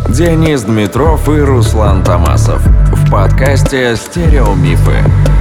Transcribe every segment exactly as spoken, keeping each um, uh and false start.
Денис Дмитров и Руслан Томасов в подкасте «Стереомифы».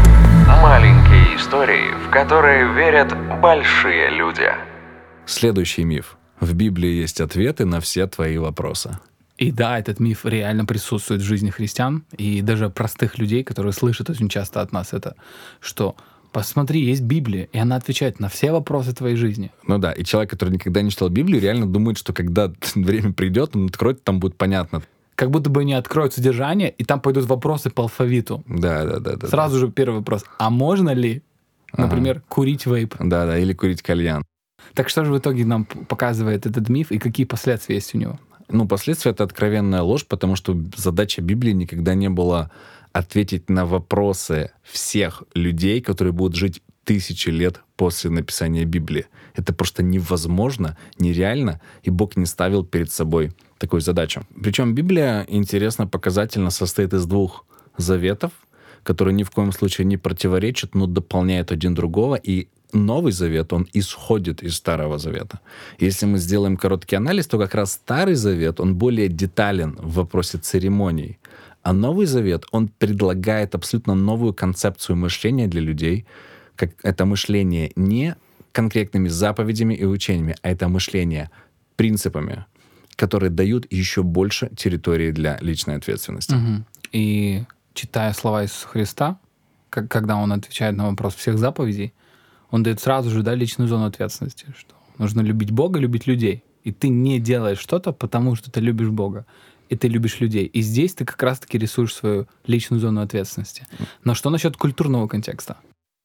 Маленькие истории, в которые верят большие люди. Следующий миф. В Библии есть ответы на все твои вопросы. И да, этот миф реально присутствует в жизни христиан, и даже простых людей, которые слышат очень часто от нас это, что посмотри, есть Библия, и она отвечает на все вопросы твоей жизни. Ну да, и человек, который никогда не читал Библию, реально думает, что когда время придет, он откроет, там будет понятно. Как будто бы они откроют содержание, и там пойдут вопросы по алфавиту. Да, да, да. да Сразу да. же первый вопрос. А можно ли, например, ага. курить вейп? Да, да, или курить кальян. Так что же в итоге нам показывает этот миф, и какие последствия есть у него? Ну, последствия — это откровенная ложь, потому что задача Библии никогда не была ответить на вопросы всех людей, которые будут жить тысячи лет после написания Библии. Это просто невозможно, нереально, и Бог не ставил перед собой такую задачу. Причем Библия, интересно, показательно состоит из двух заветов, которые ни в коем случае не противоречат, но дополняют один другого, и Новый Завет, он исходит из Старого Завета. Если мы сделаем короткий анализ, то как раз Старый Завет, он более детален в вопросе церемоний. А Новый Завет, он предлагает абсолютно новую концепцию мышления для людей. Как это мышление не конкретными заповедями и учениями, а это мышление принципами, которые дают еще больше территории для личной ответственности. Угу. И читая слова Иисуса Христа, как, когда Он отвечает на вопрос всех заповедей, Он дает сразу же, да, личную зону ответственности, что нужно любить Бога, любить людей. И ты не делаешь что-то, потому что ты любишь Бога, и ты любишь людей. И здесь ты как раз-таки рисуешь свою личную зону ответственности. Но что насчет культурного контекста?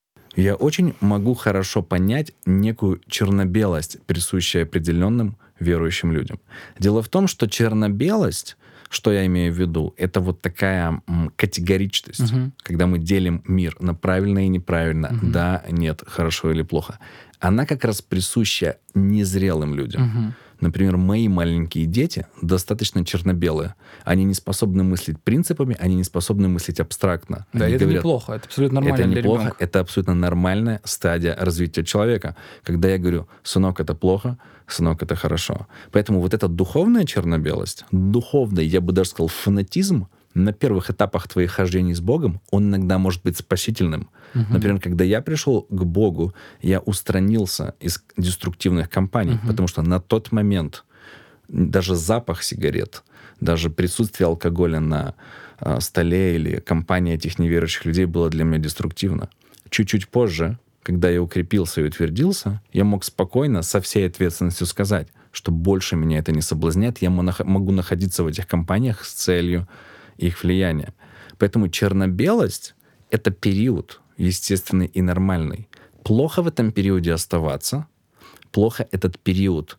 Я очень могу хорошо понять некую черно-белость, присущую определенным верующим людям. Дело в том, что черно-белость, что я имею в виду, это вот такая м, категоричность, uh-huh. когда мы делим мир на правильно и неправильно, uh-huh. да, нет, хорошо или плохо. Она как раз присуща незрелым людям. Uh-huh. Например, мои маленькие дети достаточно черно-белые. Они не способны мыслить принципами, они не способны мыслить абстрактно. Да, они это говорят, неплохо, это абсолютно нормально это для неплохо, ребенка. Это абсолютно нормальная стадия развития человека. Когда я говорю, сынок, это плохо, сынок, это хорошо. Поэтому вот эта духовная черно-белость, духовный, я бы даже сказал, фанатизм, на первых этапах твоих хождений с Богом, он иногда может быть спасительным. Uh-huh. Например, когда я пришел к Богу, я устранился из деструктивных компаний, uh-huh. потому что на тот момент даже запах сигарет, даже присутствие алкоголя на э, столе или компания этих неверующих людей было для меня деструктивно. Чуть-чуть позже, когда я укрепился и утвердился, я мог спокойно, со всей ответственностью сказать, что больше меня это не соблазняет, я могу находиться в этих компаниях с целью их влияния. Поэтому черно-белость — это период естественный и нормальный. Плохо в этом периоде оставаться, плохо этот период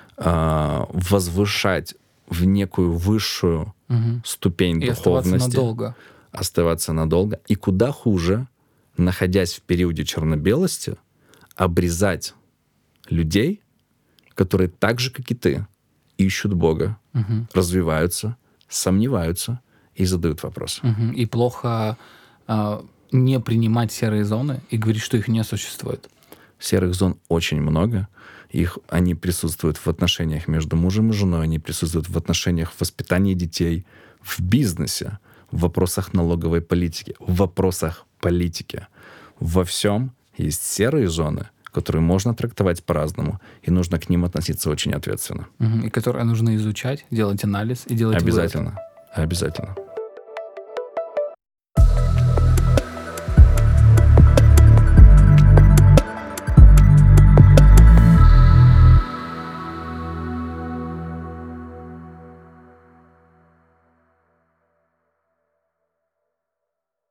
э, возвышать в некую высшую угу. ступень и духовности. Оставаться надолго. Оставаться надолго. И куда хуже, находясь в периоде черно-белости, обрезать людей, которые так же, как и ты, ищут Бога, угу. развиваются, сомневаются и задают вопросы. Угу. И плохо э, не принимать серые зоны и говорить, что их не существует. Серых зон очень много. Их, они присутствуют в отношениях между мужем и женой, они присутствуют в отношениях воспитания детей, в бизнесе, в вопросах налоговой политики, в вопросах политики. Во всем есть серые зоны, которые можно трактовать по-разному, и нужно к ним относиться очень ответственно. Угу. И которые нужно изучать, делать анализ и делать Обязательно. выводы. Обязательно.